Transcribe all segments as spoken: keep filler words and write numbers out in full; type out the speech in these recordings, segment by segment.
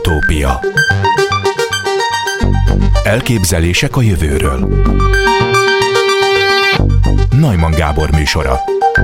Utópia. Elképzelések a jövőről. Neumann Gábor műsora.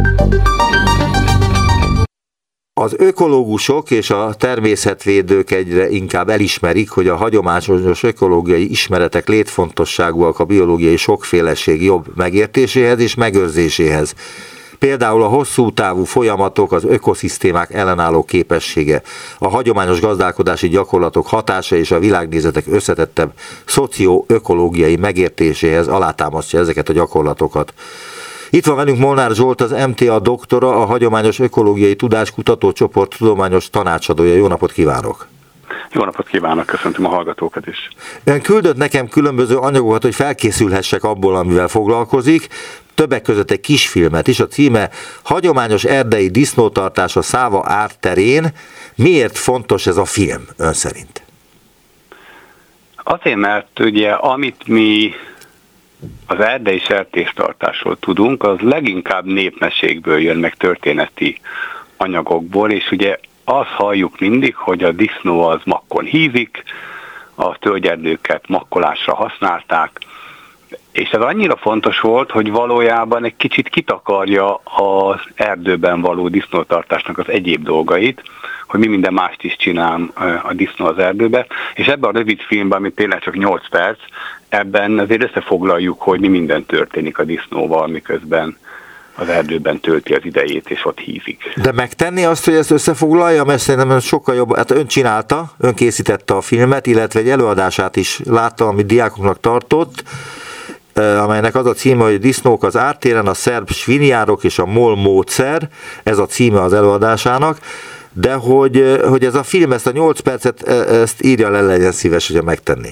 Az ökológusok és a természetvédők egyre inkább elismerik, hogy a hagyományos ökológiai ismeretek létfontosságúak a biológiai sokféleség jobb megértéséhez és megőrzéséhez. Például a hosszú távú folyamatok, az ökoszisztémák ellenálló képessége, a hagyományos gazdálkodási gyakorlatok hatása és a világnézetek összetettebb szocio-ökológiai megértéséhez alátámasztja ezeket a gyakorlatokat. Itt van velünk Molnár Zsolt, az em té á doktora, a Hagyományos Ökológiai Tudáskutató Csoport tudományos tanácsadója. Jó napot kívánok! Jó napot kívánok, köszöntöm a hallgatókat is. Ön küldött nekem különböző anyagokat, hogy felkészülhessek abból, amivel foglalkozik. Többek között egy kisfilmet is, a címe Hagyományos erdei disznótartás a Száva árterén. Miért fontos ez a film ön szerint? Azért, mert ugye amit mi az erdei sertéstartásról tudunk, az leginkább népmesékből jön, meg történeti anyagokból, és ugye azt halljuk mindig, hogy a disznó az makkon hízik, a tölgyerdőket makkolásra használták, és ez annyira fontos volt, hogy valójában egy kicsit kitakarja az erdőben való disznótartásnak az egyéb dolgait, hogy mi minden mást is csinál a disznó az erdőbe, és ebben a rövid filmben, ami tényleg csak nyolc perc, ebben azért összefoglaljuk, hogy mi minden történik a disznóval, miközben az erdőben tölti az idejét, és ott hízik. De megtenni azt, hogy ezt összefoglalja, mert szerintem sokkal jobb, hát ön csinálta, ön készítette a filmet, illetve egy előadását is láttam, amit diákoknak tartott, amelynek az a címe, hogy Disznók az ártéren, a szerb svinjárok és a MOL módszer, ez a címe az előadásának, de hogy, hogy ez a film, ezt a nyolc percet, ezt írja le, legyen szíves, hogyha megtenni.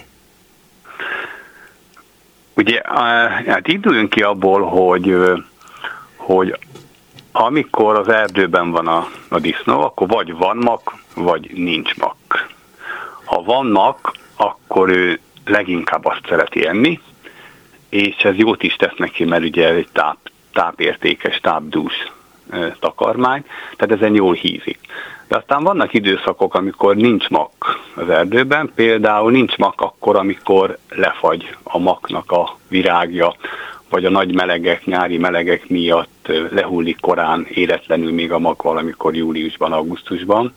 Ugye, hát induljunk ki abból, hogy, hogy amikor az erdőben van a, a disznó, akkor vagy van mak, vagy nincs mak. Ha van mak, akkor ő leginkább azt szereti enni, és ez jót is tesz neki, mert ugye egy táp, tápértékes, tápdús takarmány, tehát ezen jól hízik. De aztán vannak időszakok, amikor nincs mak az erdőben, például nincs mak akkor, amikor lefagy a maknak a virágja, vagy a nagy melegek, nyári melegek miatt lehullik korán, éretlenül még a mak valamikor júliusban, augusztusban.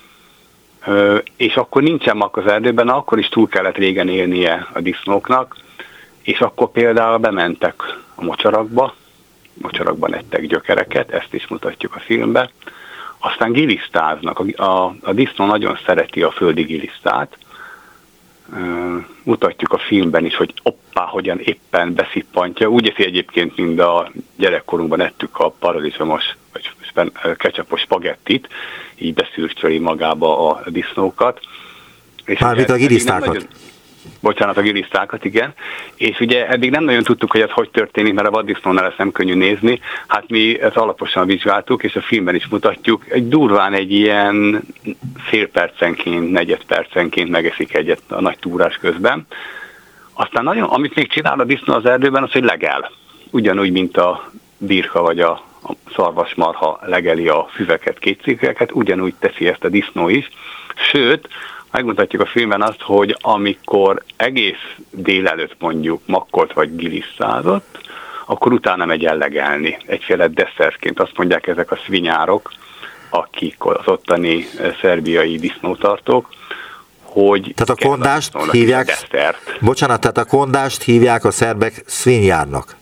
És akkor nincsen mak az erdőben, akkor is túl kellett régen élnie a disznóknak, és akkor például bementek a mocsarakba, mocsarakban ettek gyökereket, ezt is mutatjuk a filmben, aztán gilisztáznak. A, a, a disznó nagyon szereti a földi gilisztát. Uh, mutatjuk a filmben is, hogy oppá, hogyan éppen beszippantja. Úgy eszi egyébként, mint a gyerekkorunkban ettük a paradicsomos, vagy ketchupos spagettit, így beszürcsöli magába a disznókat. Mármint a gilisztákat. Bocsánat, a gilisztákat, igen. És ugye eddig nem nagyon tudtuk, hogy ez hogy történik, mert a vaddisznónál ezt nem könnyű nézni. Hát mi ezt alaposan vizsgáltuk, és a filmben is mutatjuk. Egy durván egy ilyen fél percenként, negyed percenként megeszik egyet a nagy túrás közben. Aztán nagyon, amit még csinál a disznó az erdőben, az, hogy legel. Ugyanúgy, mint a birka vagy a, a szarvasmarha legeli a füveket, kétszikeket, ugyanúgy teszi ezt a disznó is. Sőt, megmutatjuk a filmben azt, hogy amikor egész délelőtt mondjuk makkolt vagy gilisztázott, akkor utána megy el legelni. Egyféle desszertként azt mondják ezek a szvinyárok, akik az ottani szerbiai disznótartók, hogy... Tehát a kondást hívják... Bocsánat, tehát a kondást hívják a szerbek szvinyárnak.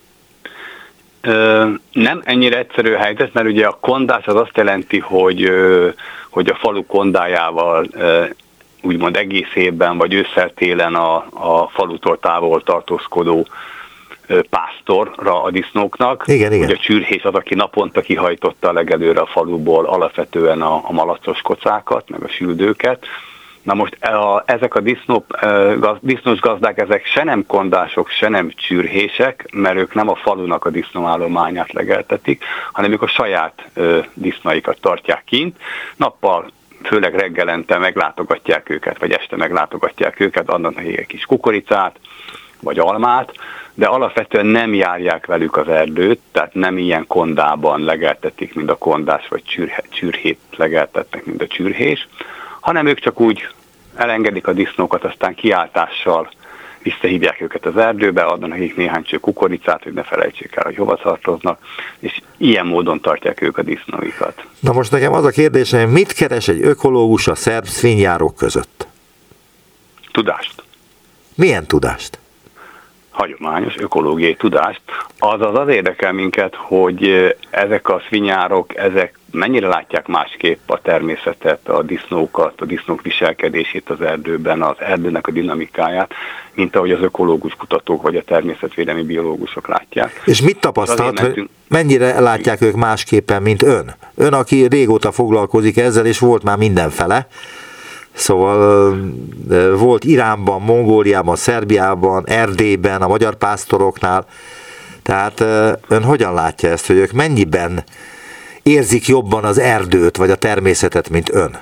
Ö, nem ennyire egyszerű helyzet, mert ugye a kondás az azt jelenti, hogy, ö, hogy a falu kondájával ö, úgymond egész évben vagy ősszel-télen a, a falutól távol tartózkodó ö, pásztorra a disznóknak. Igen, igen. Ugye a csürhés az, aki naponta kihajtotta a legelőre a faluból alapvetően a, a malacos kocákat, meg a süldőket. Na most a, ezek a disznó, gaz, disznós gazdák, ezek se nem kondások, se nem csürhések, mert ők nem a falunak a disznóállományát legeltetik, hanem ők a saját ö, disznóikat tartják kint. Nappal, főleg reggelente meglátogatják őket, vagy este meglátogatják őket, adnak nekik egy kis kukoricát, vagy almát, de alapvetően nem járják velük az erdőt, tehát nem ilyen kondában legeltetik, mint a kondás, vagy csürhe, csürhét legeltetnek, mint a csürhés, hanem ők csak úgy elengedik a disznókat, aztán kiáltással visszahívják őket az erdőbe, adnak nekik néhány cső kukoricát, hogy ne felejtsék el, hogy hova tartoznak, és ilyen módon tartják ők a disznóikat. Na most nekem az a kérdésem, mit keres egy ökológus a szerb szfinjárok között? Tudást. Milyen tudást? Hagyományos ökológiai tudást. Azaz az érdekel minket, hogy ezek a szfinyárok, ezek mennyire látják másképp a természetet, a disznókat, a disznók viselkedését az erdőben, az erdőnek a dinamikáját, mint ahogy az ökológus kutatók vagy a természetvédelmi biológusok látják. És mit tapasztalt, hogy mennyire látják ők másképpen, mint ön? Ön, aki régóta foglalkozik ezzel, és volt már mindenfele. Szóval volt Iránban, Mongóliában, Szerbiában, Erdélyben, a magyar pásztoroknál. Tehát ön hogyan látja ezt, hogy ők mennyiben érzik jobban az erdőt, vagy a természetet, mint ön?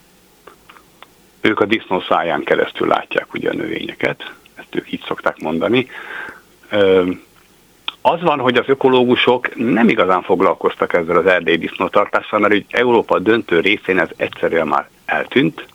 Ők a disznó száján keresztül látják ugye a növényeket, ezt ők így szokták mondani. Az van, hogy az ökológusok nem igazán foglalkoztak ezzel az erdélyi disznótartással, mert úgy Európa döntő részén ez egyszerűen már eltűnt.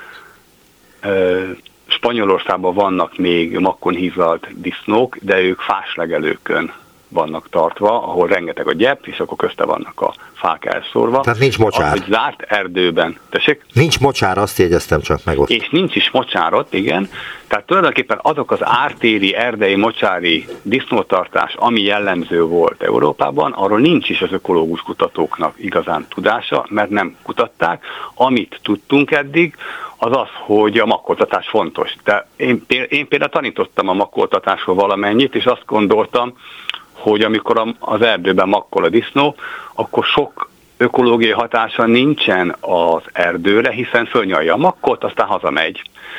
Spanyolországban vannak még makkon hízlalt disznók, de ők fáslegelőkön vannak tartva, ahol rengeteg a gyep, és akkor közte vannak a fák elszórva. Tehát nincs mocsár. Az, hogy zárt erdőben. Tessék? Nincs mocsár, azt jegyeztem csak meg ott. És nincs is mocsárot, igen. Tehát tulajdonképpen azok az ártéri, erdei, mocsári disznótartás, ami jellemző volt Európában, arról nincs is az ökológus kutatóknak igazán tudása, mert nem kutatták. Amit tudtunk eddig, az az, hogy a makkoltatás fontos. De én, én például tanítottam a makkoltatásról valamennyit, és azt gondoltam, hogy amikor az erdőben makkol a disznó, akkor sok ökológiai hatása nincsen az erdőre, hiszen fölnyalja a makkot, aztán hazamegy.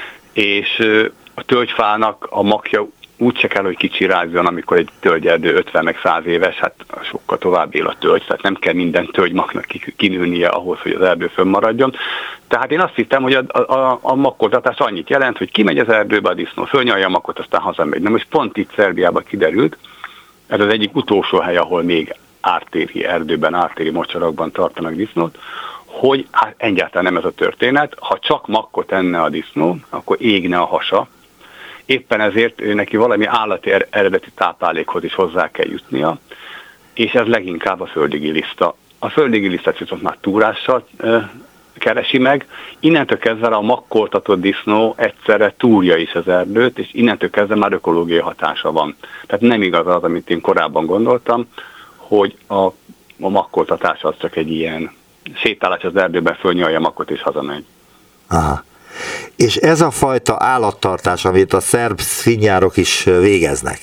És a tölgyfának a makja úgy se kell, hogy kicsirázzon, amikor egy tölgyerdő ötven meg száz éves, hát sokkal tovább él a tölgy, tehát nem kell minden tölgymaknak kinőnie ahhoz, hogy az erdő fönnmaradjon. Tehát én azt hittem, hogy a, a, a makkoltatás annyit jelent, hogy kimegy az erdőbe a disznó, fölnyalja a makkot, aztán hazamegy. Na most pont itt Szerbiában kiderült, ez az egyik utolsó hely, ahol még ártéri erdőben, ártéri mocsarakban tartanak disznót, hogy hát egyáltalán nem ez a történet. Ha csak makkot enne a disznó, akkor égne a hasa. Éppen ezért ő neki valami állati eredeti táplálékhoz is hozzá kell jutnia, és ez leginkább a földigiliszta. A földigilisztát viszont már túrással ö, keresi meg, innentől kezdve a makkoltatott disznó egyszerre túrja is az erdőt, és innentől kezdve már ökológiai hatása van. Tehát nem igaz az, amit én korábban gondoltam, hogy a, a makkoltatás az csak egy ilyen sétálás az erdőben, fölnyalja a makkot és hazamegy. Aha. És ez a fajta állattartás, amit a szerb szfinjárok is végeznek,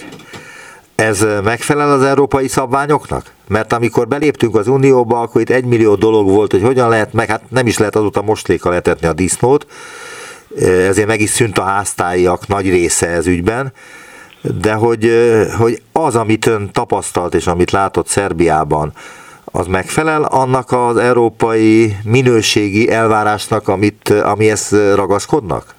ez megfelel az európai szabványoknak? Mert amikor beléptünk az Unióba, akkor itt egymillió dolog volt, hogy hogyan lehet, meg hát nem is lehet azóta moslékkal etetni a disznót, ezért meg is szűnt a háztáiak nagy része ez ügyben, de hogy, hogy az, amit ön tapasztalt és amit látott Szerbiában, az megfelel annak az európai minőségi elvárásnak, amit, amihez ragaszkodnak?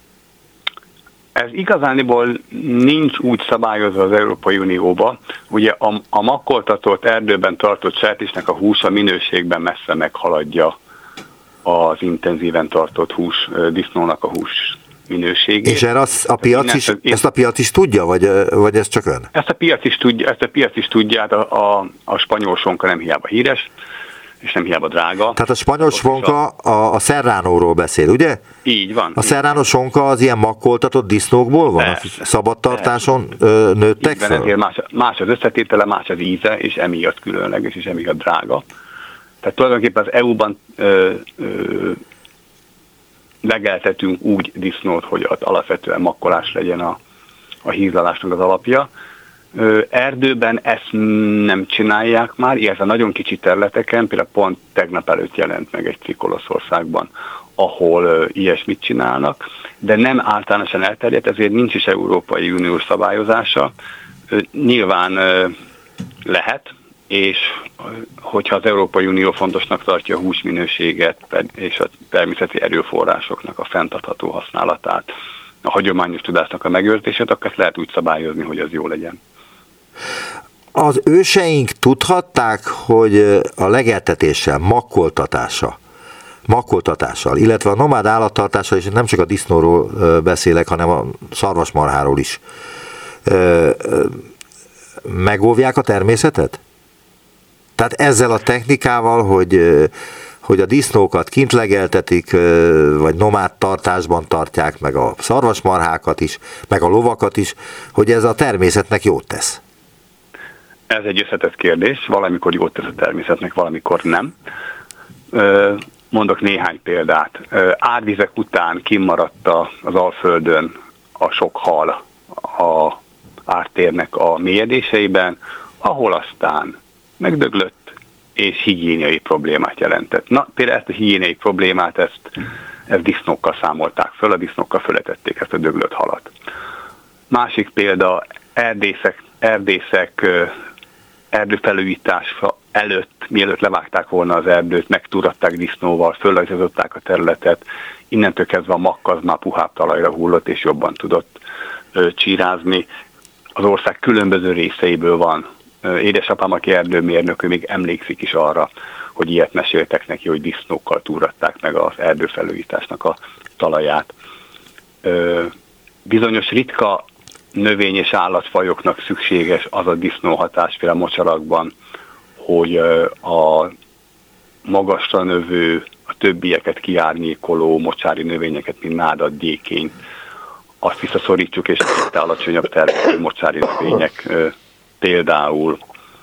Ez igazániból nincs úgy szabályozva az Európai Unióban. Ugye a, a makkoltatott erdőben tartott sertésnek a húsa minőségben messze meghaladja az intenzíven tartott hús, disznónak a hús minőségét. És erre az, a piac is, ezt a piac is tudja, vagy, vagy ez csak ön? Ezt a piac is tudja, ezt a piac is tudja, a, a, a spanyol sonka nem hiába híres, és nem hiába drága. Tehát a spanyol sonka a, a serránóról beszél, ugye? Így van. A serránó sonka az ilyen makkoltatott disznókból van? Persze, a szabadtartáson persze. Nőttek fel? Ezért más, más az összetétele, más az íze, és emiatt különleges, és emiatt drága. Tehát tulajdonképpen az é u-ban ö, ö, legeltetünk úgy disznót, hogy az alapvetően makkolás legyen a, a hízlalásnak az alapja. Ö, erdőben ezt nem csinálják már, illetve nagyon kicsi területeken, például pont tegnap előtt jelent meg egy cikk Olaszországban, ahol ö, ilyesmit csinálnak, de nem általánosan elterjedt, ezért nincs is Európai Uniós szabályozása. Ö, nyilván ö, lehet, és hogyha az Európai Unió fontosnak tartja a húsminőséget és a természeti erőforrásoknak a fenntartható használatát, a hagyományos tudásnak a megőrzését, akkor ezt lehet úgy szabályozni, hogy az jó legyen. Az őseink tudhatták, hogy a legeltetéssel, makkoltatása makkoltatással, illetve a nomád állattartással, és nem csak a disznóról beszélek, hanem a szarvasmarháról is. Megóvják a természetet? Tehát ezzel a technikával, hogy, hogy a disznókat kint legeltetik, vagy nomád tartásban tartják, meg a szarvasmarhákat is, meg a lovakat is, hogy ez a természetnek jót tesz. Ez egy összetett kérdés, valamikor jót tesz a természetnek, valamikor nem. Mondok néhány példát. Árvizek után kimaradt az Alföldön a sok hal a ártérnek a mélyedéseiben, ahol aztán megdöglött és higiéniai problémát jelentett. Na, például ezt a higiéniai problémát, ezt, ezt disznókkal számolták föl, a disznókkal föletették ezt a döglött halat. Másik példa, erdészek, erdészek erdőfelújítás előtt, mielőtt levágták volna az erdőt, megtúratták disznóval, fölrajzolták a területet, innentől kezdve a makk az már puhább talajra hullott, és jobban tudott ö, csírázni. Az ország különböző részeiből van. Édesapám, aki erdőmérnök, ő még emlékszik is arra, hogy ilyet meséltek neki, hogy disznókkal túratták meg az erdőfelújításnak a talaját. Ö, bizonyos ritka növény- és állatfajoknak szükséges az a disznóhatás például a mocsarakban, hogy a magasra növő, a többieket kiárnyékoló mocsári növényeket, mint nádat, gyékényt, azt visszaszorítsuk, és itt alacsonyabb természetű mocsári növények, például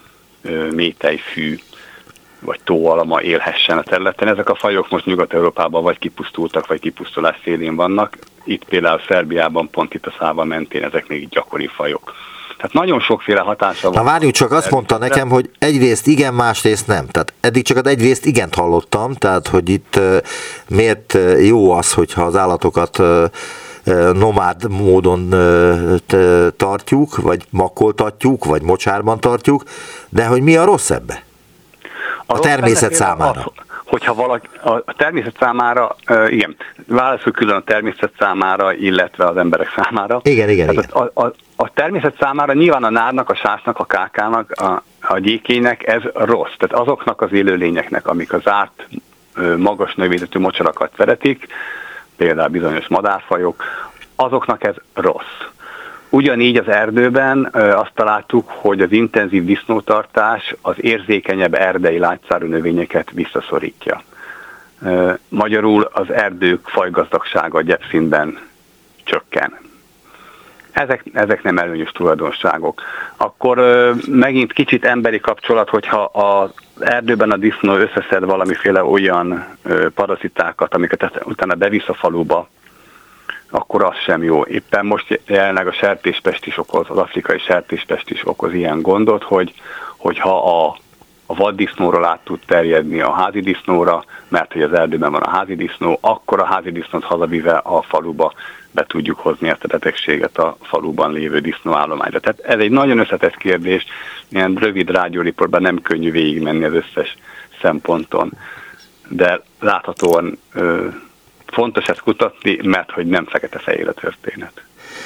métejfű, vagy tóalma élhessen a területen. Ezek a fajok most Nyugat-Európában vagy kipusztultak, vagy kipusztulás szélén vannak. Itt például Szerbiában, pont itt a Száva mentén ezek még gyakori fajok. Tehát nagyon sokféle hatása van. Na várjuk csak, azt mondta nekem, hogy egyrészt igen, másrészt nem. Tehát eddig csak az egyrészt igent hallottam, tehát hogy itt miért jó az, hogyha az állatokat nomád módon tartjuk, vagy makkoltatjuk, vagy mocsárban tartjuk, de hogy mi a rossz ebbe? A, a természet számára. Az, hogyha valaki, a természet számára, uh, igen, válaszol külön a természet számára, illetve az emberek számára. Igen, igen, igen. A, a, a természet számára nyilván a nádnak, a sásnak, a kákának, a, a gyékének ez rossz. Tehát azoknak az élőlényeknek, amik az zárt, magas növényzetű mocsarakat szeretik, például bizonyos madárfajok, azoknak ez rossz. Ugyanígy az erdőben azt találtuk, hogy az intenzív disznótartás az érzékenyebb erdei lágyszárú növényeket visszaszorítja. Magyarul az erdők fajgazdagsága gyepszintben csökken. Ezek, ezek nem előnyös tulajdonságok. Akkor megint kicsit emberi kapcsolat, hogyha az erdőben a disznó összeszed valamiféle olyan parazitákat, amiket utána bevisz a faluba, akkor az sem jó. Éppen most jelenleg a sertéspest is okoz, az afrikai sertéspest is okoz ilyen gondot, hogy, hogyha a, a vaddisznóról át tud terjedni a házi disznóra, mert hogy az erdőben van a házi disznó, akkor a házi disznót hazavive a faluba be tudjuk hozni ezt a betegséget a faluban lévő disznóállományra. Tehát ez egy nagyon összetett kérdés, ilyen rövid rádióriportban nem könnyű végigmenni az összes szemponton, de láthatóan ö, fontos ezt kutatni, mert hogy nem fekete-fehér a történet.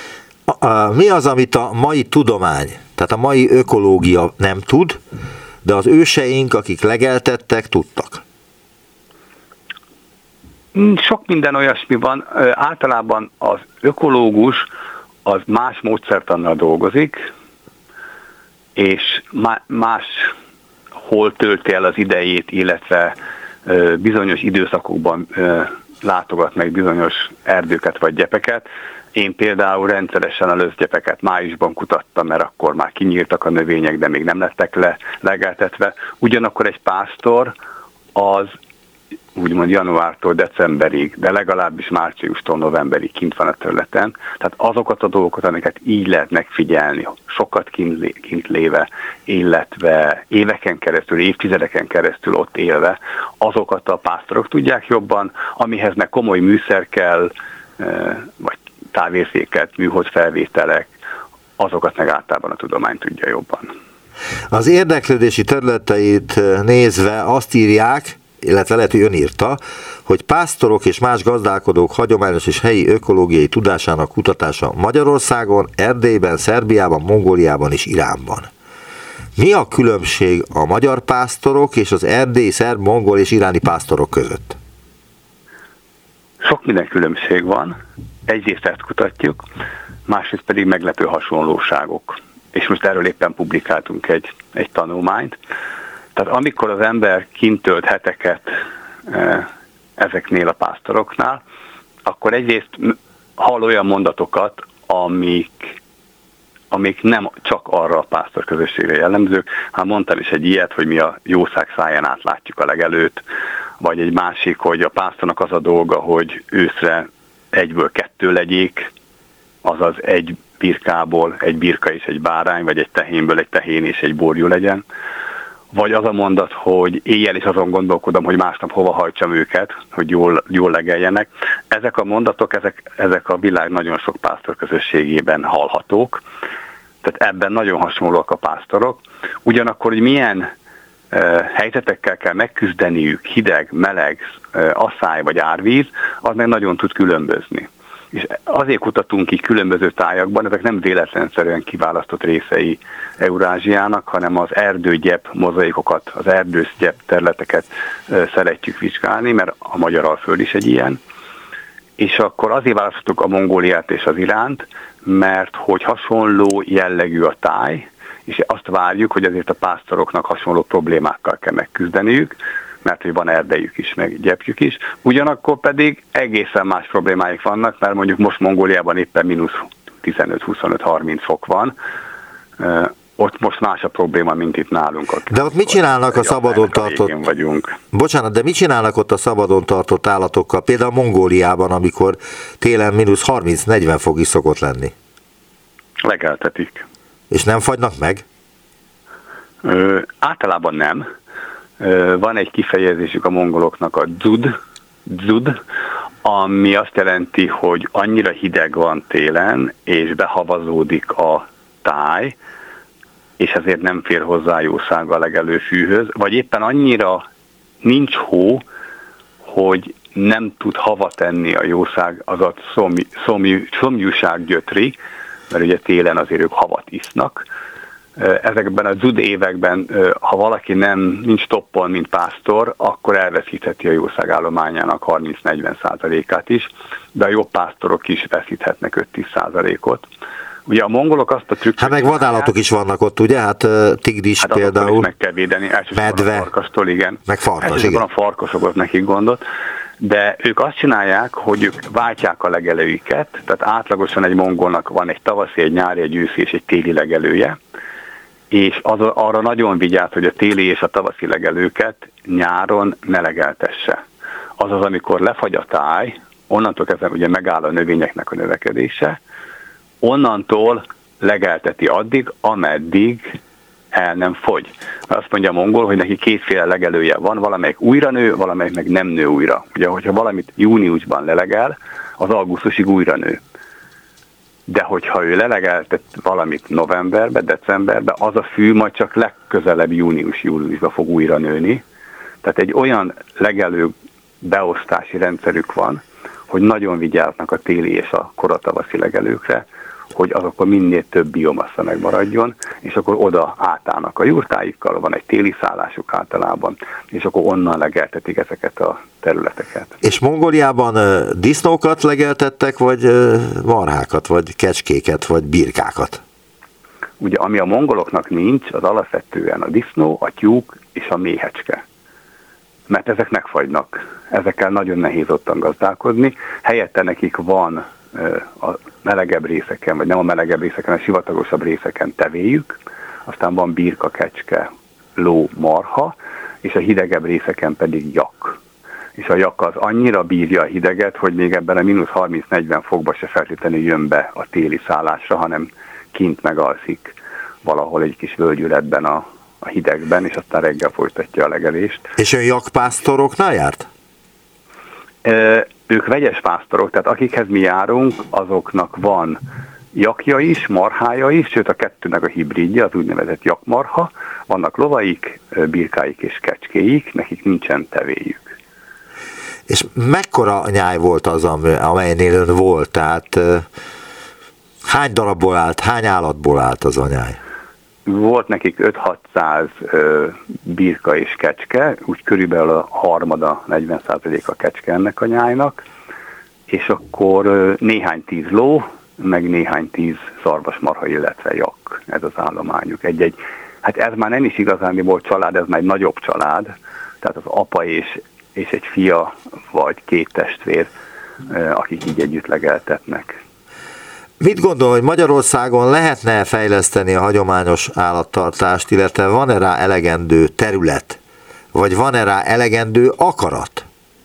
Mi az, amit a mai tudomány, tehát a mai ökológia nem tud, de az őseink, akik legeltettek, tudtak? Sok minden olyasmi van. Általában az ökológus az más módszertannal dolgozik, és más hol tölti el az idejét, illetve bizonyos időszakokban látogat meg bizonyos erdőket vagy gyepeket. Én például rendszeresen a löszgyepeket májusban kutattam, mert akkor már kinyíltak a növények, de még nem lettek le, legeltetve. Ugyanakkor egy pásztor az úgymond januártól decemberig, de legalábbis márciustól novemberig kint van a területen. Tehát azokat a dolgokat, amiket így lehet megfigyelni, sokat kint, kint léve, illetve éveken keresztül, évtizedeken keresztül ott élve, azokat a pásztorok tudják jobban, amihez meg komoly műszer kell, vagy távérzékelt műholdfelvételek, azokat meg általában a tudomány tudja jobban. Az érdeklődési területeit nézve azt írják, illetve lehet, hogy ön írta, hogy pásztorok és más gazdálkodók hagyományos és helyi ökológiai tudásának kutatása Magyarországon, Erdélyben, Szerbiában, Mongóliában és Iránban. Mi a különbség a magyar pásztorok és az erdélyi, szerb, mongol és iráni pásztorok között? sok minden különbség van. Egyrészt ezt kutatjuk, másrészt pedig meglepő hasonlóságok. És most erről éppen publikáltunk egy, egy tanulmányt. Tehát amikor az ember kint tölt heteket e, ezeknél a pásztoroknál, akkor egyrészt hall olyan mondatokat, amik, amik nem csak arra a pásztor közösségre jellemzők. Hát mondtam is egy ilyet, hogy mi a jószág száján át látjuk a legelőt, vagy egy másik, hogy a pásztornak az a dolga, hogy őszre egyből kettő legyék, azaz egy birkából egy birka és egy bárány, vagy egy tehénből egy tehén és egy borjú legyen. Vagy az a mondat, hogy éjjel is azon gondolkodom, hogy másnap hova hajtsam őket, hogy jól, jól legeljenek. Ezek a mondatok, ezek, ezek a világ nagyon sok pásztor közösségében hallhatók. Tehát ebben nagyon hasonlóak a pásztorok. Ugyanakkor, hogy milyen uh, helyzetekkel kell megküzdeniük, hideg, meleg, uh, asszály vagy árvíz, az meg nagyon tud különbözni. És azért kutatunk ki különböző tájakban, ezek nem véletlenszerűen kiválasztott részei Eurázsiának, hanem az erdőgyep mozaikokat, az erdősgyep területeket szeretjük vizsgálni, mert a Magyar Alföld is egy ilyen. És akkor azért választottuk a Mongóliát és az Iránt, mert hogy hasonló jellegű a táj, és azt várjuk, hogy azért a pásztoroknak hasonló problémákkal kell megküzdeniük, mert hogy van erdejük is, meg gyepjük is. Ugyanakkor pedig egészen más problémáik vannak, mert mondjuk most Mongóliában éppen mínusz tizenöt, huszonöt, harminc fok van. Ott most más a probléma, mint itt nálunk. De ott mit csinálnak a szabadon tartott... vagyunk. Bocsánat, de mit csinálnak ott a szabadon tartott állatokkal? Például Mongóliában, amikor télen mínusz harminc-negyven fok is szokott lenni. Legeltetik. És nem fagynak meg? Ö, általában nem. Van egy kifejezésük a mongoloknak, a dzud, dzud, ami azt jelenti, hogy annyira hideg van télen, és behavazódik a táj, és ezért nem fér hozzá jószág a legelő fűhöz, vagy éppen annyira nincs hó, hogy nem tud hava tenni a jószág, az a szomj, szomj, szomjúság gyötri, mert ugye télen azért ők havat isznak. Ezekben a dzud években, ha valaki nem nincs toppon, mint pásztor, akkor elveszítheti a jószág állományának harminc-negyven százalékát is, de a jobb pásztorok is veszíthetnek öt-tíz százalékot. Ugye a mongolok azt a trükköt... Hát meg vadállatok is vannak ott, ugye? Hát tigris hát például. Meg kell védeni, elsősorban a farkastól, igen. Meg farkas, elsősorban igen. a farkasokhoz nekik gondot. De ők azt csinálják, hogy ők váltják a legelőiket, tehát átlagosan egy mongolnak van egy tavaszi, egy nyári, egy őszi és egy téli legelője, és az, arra nagyon vigyáz, hogy a téli és a tavaszi legelőket nyáron ne legeltesse. Azaz, amikor lefagy a táj, onnantól kezdve ugye megáll a növényeknek a növekedése, onnantól legelteti addig, ameddig el nem fogy. Azt mondja a mongol, hogy neki kétféle legelője van, valamelyik újra nő, valamelyik meg nem nő újra. Ugye, hogyha valamit júniusban lelegel, az augusztusig újra nő. De hogyha ő lelegeltet valamit novemberbe, decemberbe, az a fű majd csak legközelebb június-júliusban fog újra nőni. Tehát egy olyan legelő beosztási rendszerük van, hogy nagyon vigyáznak a téli és a koratavaszi legelőkre, hogy azokon minél több biomassa megmaradjon, és akkor oda átállnak a jurtáikkal, van egy téli szállásuk általában, és akkor onnan legeltetik ezeket a területeket. És Mongóliában uh, disznókat legeltettek, vagy uh, marhákat, vagy kecskéket, vagy birkákat? Ugye ami a mongoloknak nincs, az alapvetően a disznó, a tyúk és a méhecske. Mert ezek megfagynak. Ezekkel nagyon nehéz ottan gazdálkodni. Helyette nekik van a melegebb részeken, vagy nem a melegebb részeken, a sivatagosabb részeken tevéjük, aztán van birka, kecske, ló, marha, és a hidegebb részeken pedig jak. És a jak az annyira bírja a hideget, hogy még ebben a mínusz harminc-negyven fokba se feltétlenül jön be a téli szállásra, hanem kint megalszik valahol egy kis völgyületben a, a hidegben, és aztán reggel folytatja a legelést. És ön jakpásztoroknál járt? E- Ők vegyes pásztorok, tehát akikhez mi járunk, azoknak van jakja is, marhája is, sőt a kettőnek a hibridje, az úgynevezett jakmarha, vannak lovaik, birkáik és kecskéik, nekik nincsen tevéjük. És mekkora nyáj volt az, amelynél ön volt? Tehát hány darabból állt, hány állatból állt az a nyáj? Volt nekik öt-hatszáz birka és kecske, úgy körülbelül a harmada, negyven százalék a kecske ennek a nyájnak. és akkor néhány tíz ló, meg néhány tíz szarvasmarha, illetve jak, ez az állományuk. Egy-egy, hát ez már nem is igazándiból család, ez már egy nagyobb család, tehát az apa és, és egy fia, vagy két testvér, akik így együtt legeltetnek. Mit gondol, hogy Magyarországon lehetne fejleszteni a hagyományos állattartást, illetve van-e rá elegendő terület, vagy van-e rá elegendő akarat?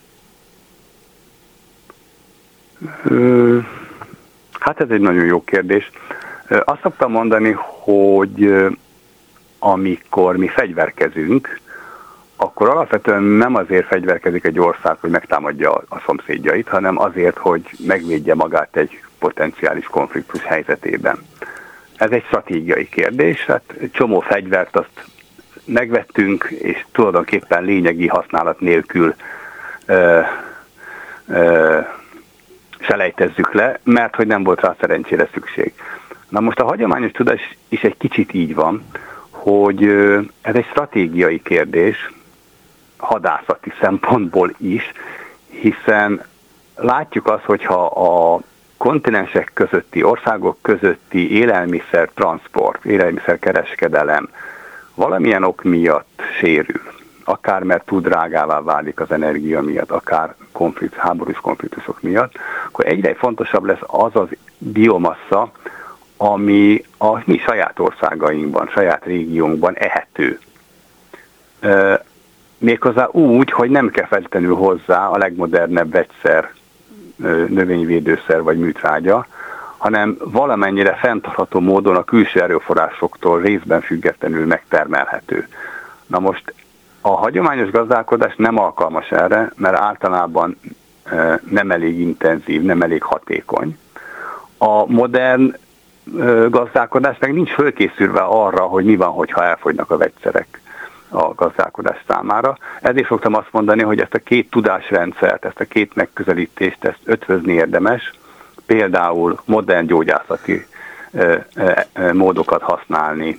Hát ez egy nagyon jó kérdés. Azt szoktam mondani, hogy amikor mi fegyverkezünk, akkor alapvetően nem azért fegyverkezik egy ország, hogy megtámadja a szomszédjait, hanem azért, hogy megvédje magát egy potenciális konfliktus helyzetében. Ez egy stratégiai kérdés, hát egy csomó fegyvert azt megvettünk, és tulajdonképpen lényegi használat nélkül ö, ö, selejtezzük le, mert hogy nem volt rá szerencsére szükség. Na most a hagyományos tudás is egy kicsit így van, hogy ez egy stratégiai kérdés, hadászati szempontból is, hiszen látjuk azt, hogyha a kontinensek közötti, országok közötti élelmiszer transport, élelmiszer kereskedelem valamilyen ok miatt sérül, akár mert túl drágává válik az energia miatt, akár konflikt, háborús konfliktusok miatt, akkor egyre fontosabb lesz az az biomassa, ami a mi saját országainkban, saját régiónkban ehető. E, méghozzá úgy, hogy nem kell feltétlenül hozzá a legmodernebb vegyszer, növényvédőszer vagy műtrágya, hanem valamennyire fenntartható módon a külső erőforrásoktól részben függetlenül megtermelhető. Na most a hagyományos gazdálkodás nem alkalmas erre, mert általában nem elég intenzív, nem elég hatékony. A modern gazdálkodás meg nincs fölkészülve arra, hogy mi van, hogyha elfogynak a vegyszerek a gazdálkodás számára. Ezért szoktam azt mondani, hogy ezt a két tudásrendszert, ezt a két megközelítést, ezt ötvözni érdemes, például modern gyógyászati módokat használni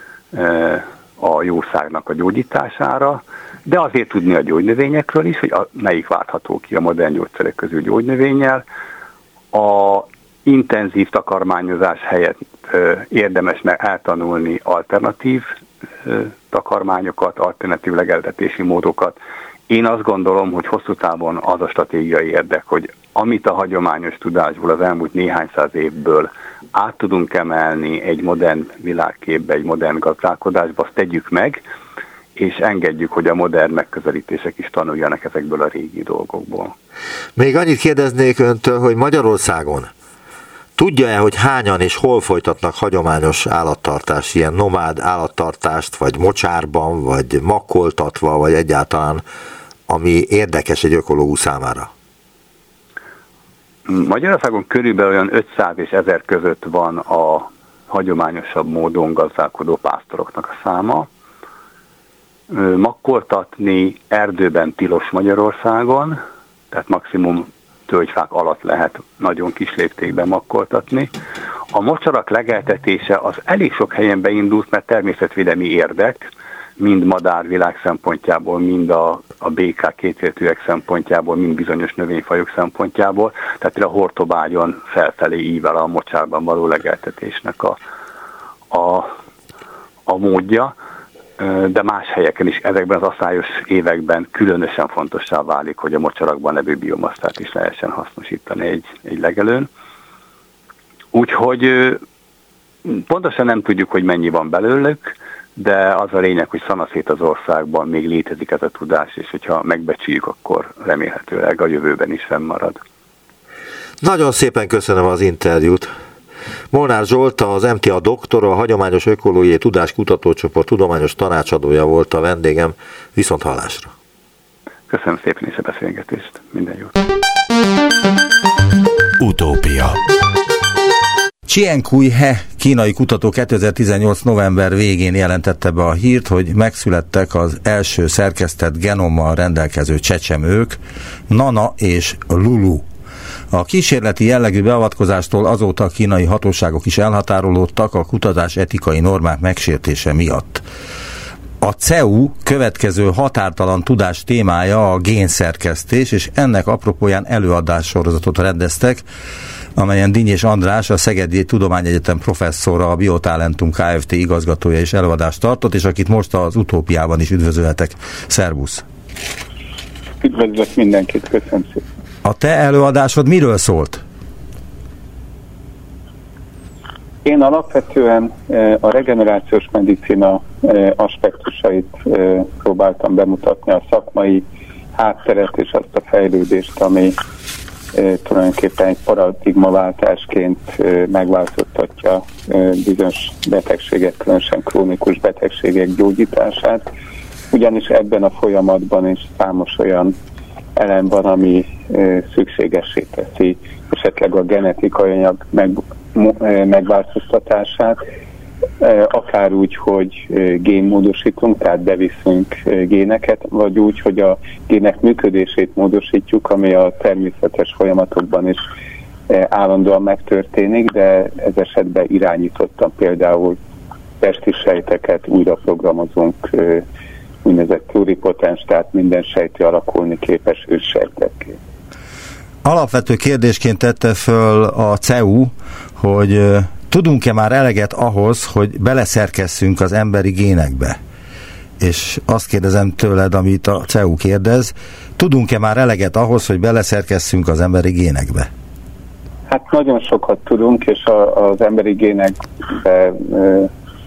a jószágnak a gyógyítására, de azért tudni a gyógynövényekről is, hogy a, melyik váltható ki a modern gyógyszerek közül gyógynövényel. A intenzív takarmányozás helyett ö, érdemes eltanulni alternatív ö, takarmányokat, alternatív legeltetési módokat. Én azt gondolom, hogy hosszú távon az a stratégiai érdek, hogy amit a hagyományos tudásból az elmúlt néhány száz évből át tudunk emelni egy modern világképbe, egy modern gazdálkodásba, azt tegyük meg, és engedjük, hogy a modern megközelítések is tanuljanak ezekből a régi dolgokból. Még annyit kérdeznék öntől, hogy Magyarországon tudja-e, hogy hányan és hol folytatnak hagyományos állattartást, ilyen nomád állattartást, vagy mocsárban, vagy makkoltatva, vagy egyáltalán, ami érdekes egy ökológus számára? Magyarországon körülbelül olyan ötszáz és ezer között van a hagyományosabb módon gazdálkodó pásztoroknak a száma. Makkoltatni erdőben tilos Magyarországon, tehát maximum tölgyfák alatt lehet nagyon kis léptékben makkoltatni. A mocsarak legeltetése az elég sok helyen beindult, mert természetvédelmi érdek, mind madárvilág szempontjából, mind a, a békák, kétértűek szempontjából, mind bizonyos növényfajok szempontjából. Tehát a hortobágyon felfelé ível a mocsárban való legeltetésnek a, a, a módja, de más helyeken is ezekben az asszályos években különösen fontossá válik, hogy a mocsarakban levő biomasztát is lehessen hasznosítani egy, egy legelőn. Úgyhogy pontosan nem tudjuk, hogy mennyi van belőlük, de az a lényeg, hogy szanaszét az országban még létezik ez a tudás, és hogyha megbecsüljük, akkor remélhetőleg a jövőben is fennmarad. Nagyon szépen köszönöm az interjút. Molnár Zsolt, az em té á doktor, a Hagyományos Ökológiai Tudáskutatócsoport tudományos tanácsadója volt a vendégem. Viszont hallásra. Köszönöm szépen is a beszélgetést. Minden jót. Utópia. Chien Kui-he kínai kutató kétezer-tizennyolc november végén jelentette be a hírt, hogy megszülettek az első szerkesztett genommal rendelkező csecsemők, Nana és Lulu. A kísérleti jellegű beavatkozástól azóta a kínai hatóságok is elhatárolódtak a kutatás etikai normák megsértése miatt. A cé e u következő határtalan tudás témája a génszerkesztés, és ennek apropóján előadássorozatot rendeztek, amelyen Dinnyés András, a Szegedi Tudományegyetem professzora, a Biotalentum Kft. Igazgatója is előadást tartott, és akit most az Utópiában is üdvözölhetek. Szervusz! Üdvözlök mindenkit, köszönöm szépen! A te előadásod miről szólt? Én alapvetően a regenerációs medicina aspektusait próbáltam bemutatni, a szakmai hátteret és azt a fejlődést, ami tulajdonképpen egy paradigmaváltásként megváltoztatja bizonyos betegségek, különösen krónikus betegségek gyógyítását, ugyanis ebben a folyamatban is számos olyan elem van, ami szükségessé teszi esetleg a genetikai anyag meg, megváltoztatását, akár úgy, hogy génmódosítunk, tehát beviszünk géneket, vagy úgy, hogy a gének működését módosítjuk, ami a természetes folyamatokban is állandóan megtörténik, de ez esetben irányítottan például testi sejteket újra programozunk, úgynevezett pluripotens, tehát minden sejtű alakulni képes őssejtekké. Alapvető kérdésként tette föl a cé e u, hogy tudunk-e már eleget ahhoz, hogy beleszerkesszünk az emberi génekbe? És azt kérdezem tőled, amit a cé e u kérdez, tudunk-e már eleget ahhoz, hogy beleszerkesszünk az emberi génekbe? Hát nagyon sokat tudunk, és a, az emberi génekbe e,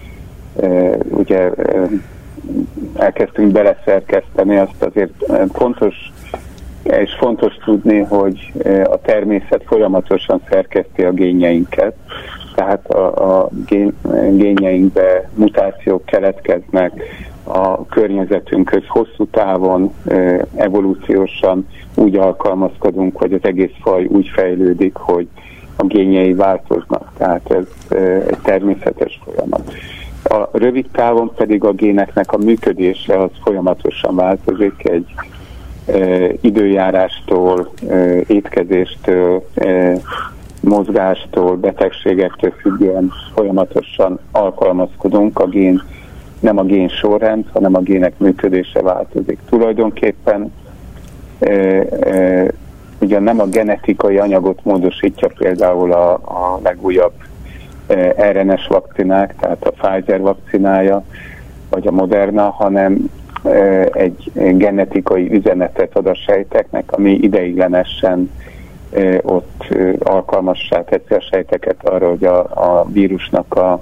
e, ugye e, elkezdtünk beleszerkeszteni, azt azért fontos és fontos tudni, hogy a természet folyamatosan szerkeszti a génjeinket, tehát a, a gén, génjeinkbe mutációk keletkeznek, a környezetünkhöz hosszú távon evolúciósan úgy alkalmazkodunk, hogy az egész faj úgy fejlődik, hogy a génjei változnak, tehát ez egy természetes folyamat. A rövid távon pedig a géneknek a működése az folyamatosan változik, egy e, időjárástól, e, étkezéstől, e, mozgástól, betegségektől függően folyamatosan alkalmazkodunk. A gén, nem a gén sorrend, hanem a gének működése változik. Tulajdonképpen e, e, ugyan nem a genetikai anyagot módosítja például a, a legújabb er en es vakcinák, tehát a Pfizer vakcinája, vagy a Moderna, hanem egy genetikai üzenetet ad a sejteknek, ami ideiglenesen ott alkalmassá teszi a sejteket arra, hogy a, a vírusnak a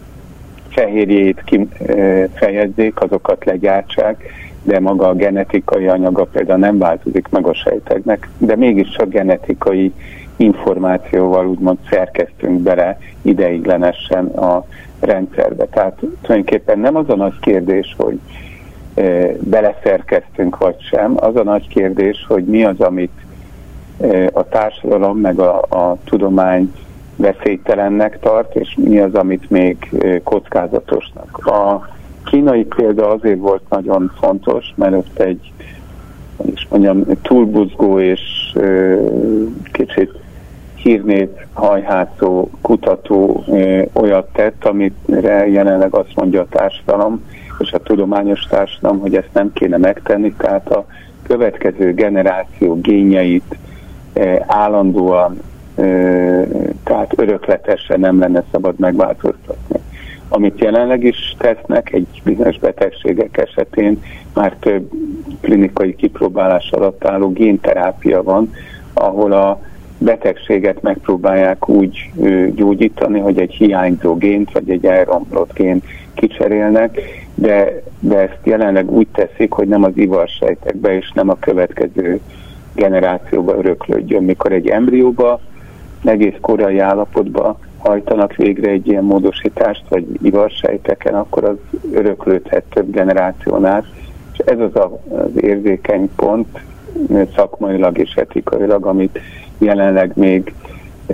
fehérjét kifejezzék, azokat legyártsák, de maga a genetikai anyaga például nem változik meg a sejteknek, de mégiscsak genetikai információval úgymond szerkeztünk bele ideiglenesen a rendszerbe. Tehát tulajdonképpen nem az a nagy kérdés, hogy e, beleszerkeztünk vagy sem, az a nagy kérdés, hogy mi az, amit e, a társadalom meg a, a tudomány veszélytelennek tart, és mi az, amit még e, kockázatosnak. A kínai példa azért volt nagyon fontos, mert ott egy, hogy is mondjam, túlbuzgó és e, kicsit hírnév hajhátszó kutató ö, olyat tett, amire jelenleg azt mondja a társadalom és a tudományos társadalom, hogy ezt nem kéne megtenni, tehát a következő generáció génjeit ö, állandóan, ö, tehát örökletesen nem lenne szabad megváltoztatni. Amit jelenleg is tesznek egy bizonyos betegségek esetén, már több klinikai kipróbálás alatt álló génterápia van, ahol a betegséget megpróbálják úgy ö, gyógyítani, hogy egy hiányzó gént, vagy egy elromlott gént kicserélnek, de, de ezt jelenleg úgy teszik, hogy nem az ivarsejtekbe és nem a következő generációba öröklődjön. Mikor egy embrióba, egész korai állapotba hajtanak végre egy ilyen módosítást, vagy ivarsejteken, akkor az öröklődhet több generáción át, és ez az a, az érzékeny pont szakmailag és etikailag, amit jelenleg még e,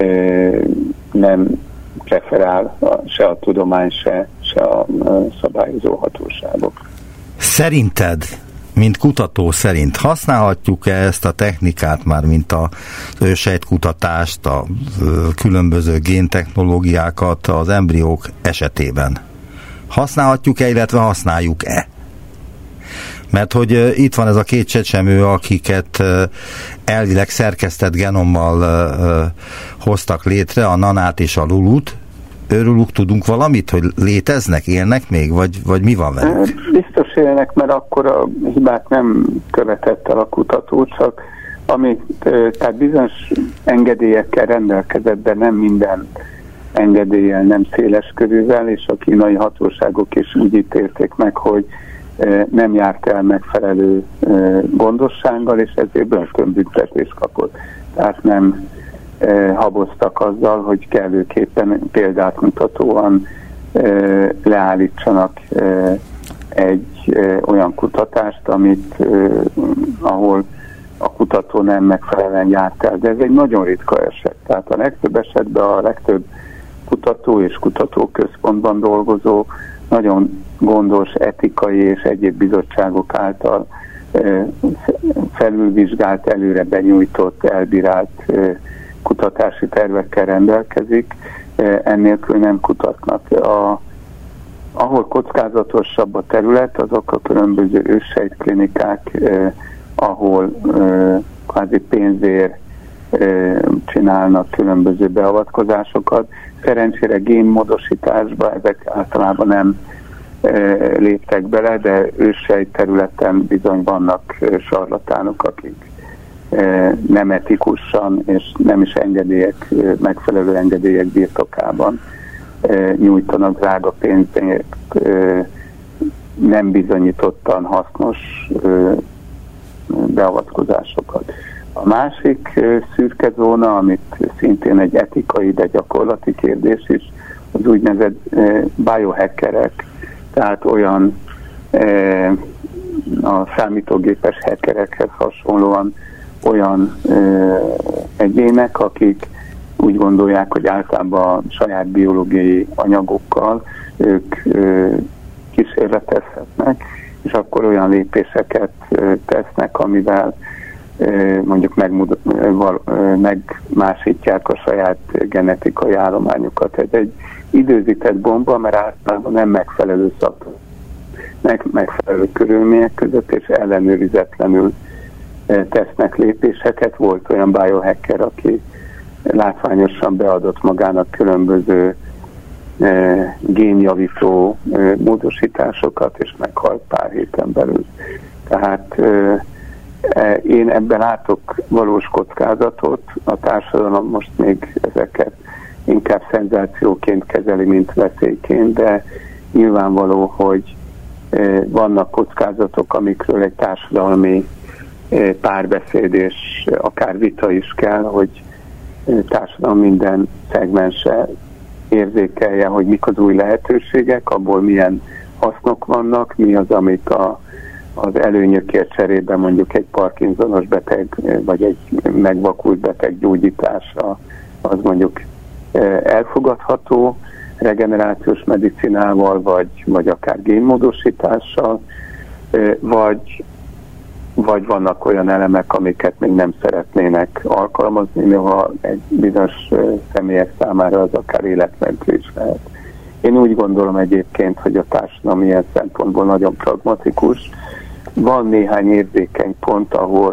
nem preferál a, se a tudomány, se, se a, a szabályozó hatóságok. Szerinted, mint kutató szerint használhatjuk-e ezt a technikát már, mint a ősejtkutatást, a különböző géntechnológiákat az embriók esetében? Használhatjuk-e, illetve használjuk-e? Mert hogy uh, itt van ez a két csecsemő, akiket uh, elvileg szerkesztett genommal uh, hoztak létre, a Nanát és a Lulut. Őrülük tudunk valamit, hogy léteznek, élnek még, vagy, vagy mi van velük? Biztos élnek, mert akkor a hibát nem követett el a kutató, csak amit, tehát bizonyos engedélyekkel rendelkezett, de nem minden engedéllyel, nem széles körülvel, és a kínai hatóságok is úgy ítélték meg, hogy nem járt el megfelelő gondossággal, és ezért börtönbüntetést kapott. Tehát nem haboztak azzal, hogy kellőképpen példát mutatóan leállítsanak egy olyan kutatást, amit ahol a kutató nem megfelelően járt el. De ez egy nagyon ritka eset. Tehát a legtöbb esetben a legtöbb kutató és kutatóközpontban dolgozó nagyon gondos etikai és egyéb bizottságok által felülvizsgált, előre benyújtott, elbírált kutatási tervekkel rendelkezik, ennélkül nem kutatnak. A, ahol kockázatosabb a terület, azok a különböző őssejtklinikák, eh, ahol eh, kvázi pénzért eh, csinálnak különböző beavatkozásokat. Szerencsére génmódosításba ezek általában nem eh, léptek bele, de őssejt területen bizony vannak eh, sarlatánok, akik nem etikusan és nem is engedélyek, megfelelő engedélyek birtokában nyújtanak drága pénzért nem bizonyítottan hasznos beavatkozásokat. A másik szürke zóna, amit szintén egy etikai, de gyakorlati kérdés is, az úgynevezett biohackerek, tehát olyan a számítógépes hackerekhez hasonlóan olyan ö, egyének, akik úgy gondolják, hogy általában a saját biológiai anyagokkal ők ö, kísérletezhetnek, és akkor olyan lépéseket ö, tesznek, amivel ö, mondjuk megmud- val- ö, megmásítják a saját genetikai állományokat. Ez egy időzített bomba, mert általában nem megfelelő szakma, megfelelő körülmények között, és ellenőrizetlenül tesznek lépéseket. Volt olyan biohacker, aki látványosan beadott magának különböző e, génjavító e, módosításokat, és meghalt pár héten belül. Tehát e, e, én ebben látok valós kockázatot, a társadalom most még ezeket inkább szenzációként kezeli, mint veszélyként, de nyilvánvaló, hogy e, vannak kockázatok, amikről egy társadalmi párbeszéd és akár vita is kell, hogy társadalom minden szegmense érzékelje, hogy mik az új lehetőségek, abból milyen hasznok vannak, mi az, amit a, az előnyökért cserében mondjuk egy Parkinsonos beteg, vagy egy megvakult beteg gyógyítása, az mondjuk elfogadható regenerációs medicinával, vagy, vagy akár génmódosítással, vagy vagy vannak olyan elemek, amiket még nem szeretnének alkalmazni, noha egy bizonyos személyek számára az akár életmentő is lehet. Én úgy gondolom egyébként, hogy a társadalom ilyen szempontból nagyon pragmatikus. Van néhány érzékeny pont, ahol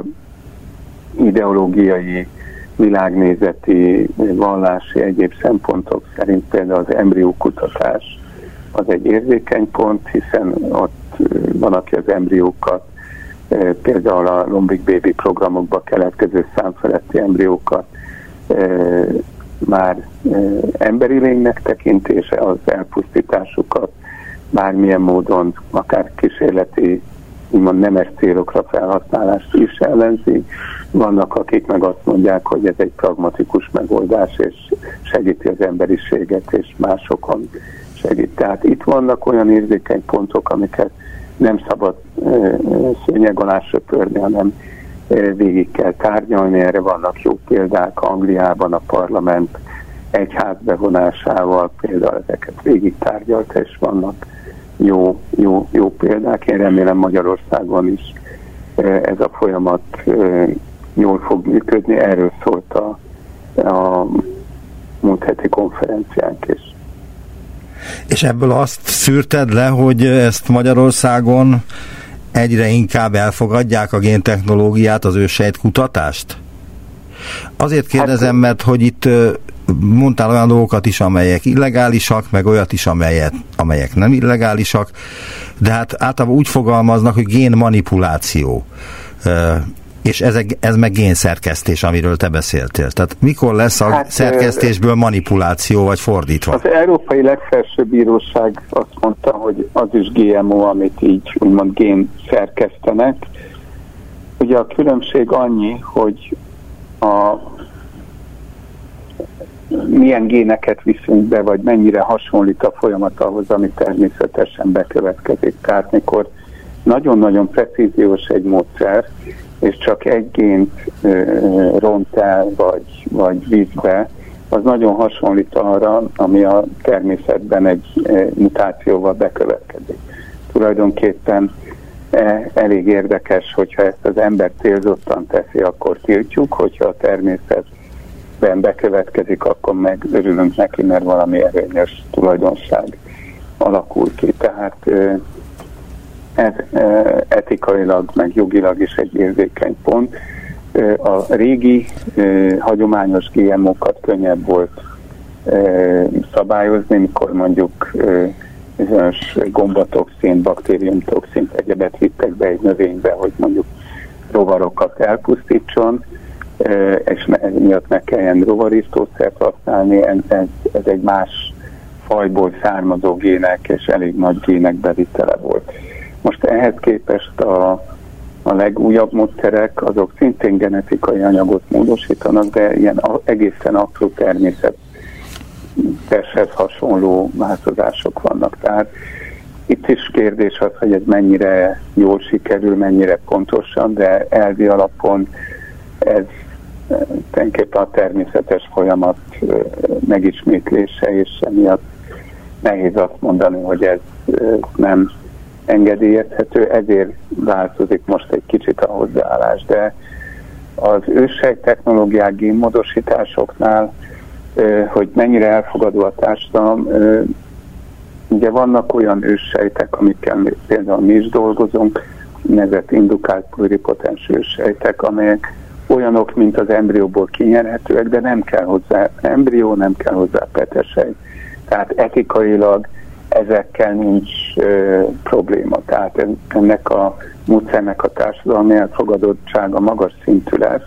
ideológiai, világnézeti, vallási, egyéb szempontok szerint például az embriókutatás az egy érzékeny pont, hiszen ott van, aki az embriókat, például a Lombik Baby programokba keletkező számfeletti embriókat e, már e, emberi lénynek tekintése, az elpusztításukat bármilyen módon, akár kísérleti, úgymond nemes célokra felhasználást is ellenzi. Vannak, akik meg azt mondják, hogy ez egy pragmatikus megoldás, és segíti az emberiséget, és másokon segít. Tehát itt vannak olyan érzékeny pontok, amiket nem szabad e, szőnyeg alá söpörni, hanem e, végig kell tárgyalni. Erre vannak jó példák Angliában, a parlament egyház bevonásával például ezeket végig tárgyalta, és vannak jó, jó, jó példák. Én remélem Magyarországon is e, ez a folyamat e, jól fog működni. Erről szólt a, a múlt heti konferenciánk is. És ebből azt szűrted le, hogy ezt Magyarországon egyre inkább elfogadják a géntechnológiát, az őssejtkutatást? Azért kérdezem, mert hogy itt mondtál olyan dolgokat is, amelyek illegálisak, meg olyat is, amelyek, amelyek nem illegálisak, de hát általában úgy fogalmaznak, hogy génmanipuláció. És ez, ez meg génszerkesztés, amiről te beszéltél. Tehát mikor lesz a hát, szerkesztésből manipuláció, vagy fordítva? Az Európai Legfelsőbb Bíróság azt mondta, hogy az is gé em o, amit így úgymond gén szerkesztenek. Ugye a különbség annyi, hogy a milyen géneket viszünk be, vagy mennyire hasonlít a folyamat ahhoz, ami természetesen bekövetkezik. Tehát mikor nagyon-nagyon precíziós egy módszer, és csak egy gént e, ront el, vagy, vagy vízbe, az nagyon hasonlít arra, ami a természetben egy e, mutációval bekövetkezik. Tulajdonképpen e, elég érdekes, hogyha ezt az ember célzottan teszi, akkor tiltjuk, hogyha a természetben bekövetkezik, akkor meg örülünk neki, mert valami erőnyös tulajdonság alakul ki. Tehát e, ez etikailag, meg jogilag is egy érzékeny pont. A régi, hagyományos gé em o-kat könnyebb volt szabályozni, mikor mondjuk bizonyos gombatoxint, baktériumtoxint, egyebet vittek be egy növénybe, hogy mondjuk rovarokat elpusztítson, és miatt meg kelljen rovariztószert használni, ez, ez egy más fajból származó gének, és elég nagy gének bevitele volt. Most ehhez képest a, a legújabb módszerek, azok szintén genetikai anyagot módosítanak, de ilyen egészen apró természeteshez hasonló változások vannak. Tehát itt is kérdés az, hogy ez mennyire jól sikerül, mennyire pontosan, de elvi alapon ez tulajdonképpen a természetes folyamat megismétlése, és emiatt nehéz azt mondani, hogy ez nem engedélyezhető, ezért változik most egy kicsit a hozzáállás, de az őssejt technológiák génmódosításoknál, hogy mennyire elfogadó a társadalom, ugye vannak olyan őssejtek, amikkel például mi is dolgozunk, nevezett indukált pluripotens őssejtek, amelyek olyanok, mint az embrióból kinyerhetőek, de nem kell hozzá embrió, nem kell hozzá petesejt. Tehát etikailag ezekkel nincs ö, probléma. Tehát ennek a módszernek a társadalmi elfogadottsága magas szintű lesz.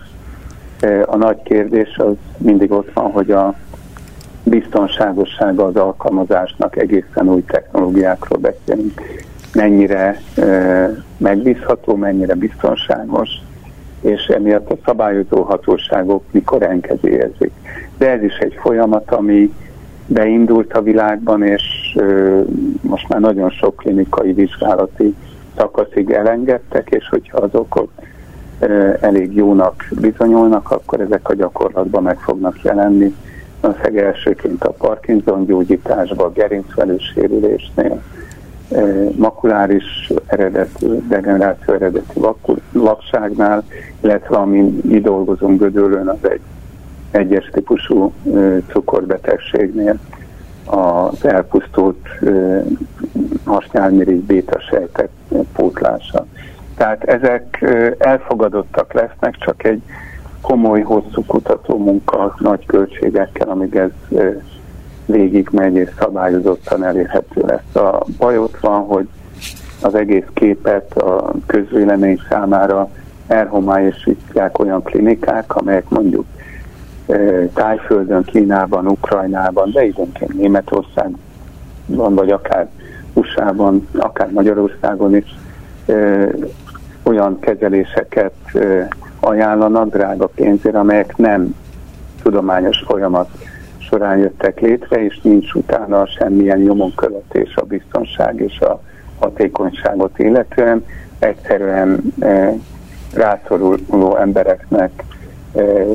A nagy kérdés az mindig ott van, hogy a biztonságossága az alkalmazásnak, egészen új technológiákról beszélünk, mennyire ö, megbízható, mennyire biztonságos, és emiatt a szabályozó hatóságok mikor engedélyezik. De ez is egy folyamat, ami beindult a világban, és ö, most már nagyon sok klinikai vizsgálati szakaszig elengedtek, és hogyha azok ö, elég jónak bizonyulnak, akkor ezek a gyakorlatban meg fognak jelenni. Az elsőként a Parkinson gyógyításban, a gerincvelősérülésnél, ö, makuláris eredetű, degeneráció eredetű vakságnál, illetve amin mi dolgozunk Gödöllőn, az egy egyes típusú ö, cukorbetegségnél az elpusztult ö, hasnyálmirigy béta sejtek pótlása. Tehát ezek ö, elfogadottak lesznek, csak egy komoly, hosszú kutató munka, nagy költségekkel, amíg ez ö, végigmegy és szabályozottan elérhető lesz. A baj ott van, hogy az egész képet a közvélemény számára elhomályosítják olyan klinikák, amelyek mondjuk Tájföldön, Kínában, Ukrajnában, de időnként Németországban, vagy akár u es á-ban, akár Magyarországon is ö, olyan kezeléseket ö, ajánlanak drága pénzért, amelyek nem tudományos folyamat során jöttek létre, és nincs utána semmilyen nyomonkövetés a biztonság és a hatékonyságot illetően. Egyszerűen ö, rászoruló embereknek ö,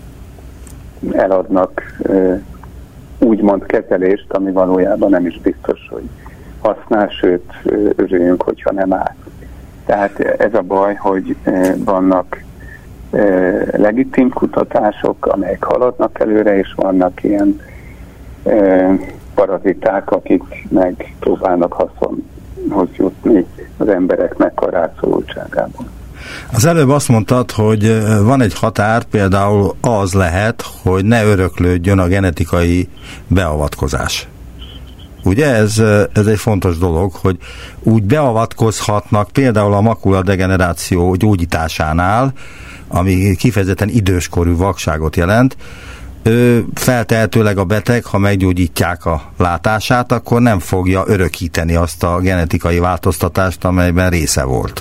eladnak ö, úgymond kezelést, ami valójában nem is biztos, hogy használ, sőt ö, örüljünk, hogyha nem áll. Tehát ez a baj, hogy ö, vannak ö, legitim kutatások, amelyek haladnak előre, és vannak ilyen ö, paraziták, akik meg próbálnak haszon jutni az embereknek a rászorultságában. Az előbb azt mondtad, hogy van egy határ, például az lehet, hogy ne öröklődjön a genetikai beavatkozás. Ugye ez, ez egy fontos dolog, hogy úgy beavatkozhatnak például a makuladegeneráció gyógyításánál, ami kifejezetten időskorú vakságot jelent, ő feltehetőleg a beteg, ha meggyógyítják a látását, akkor nem fogja örökíteni azt a genetikai változtatást, amelyben része volt.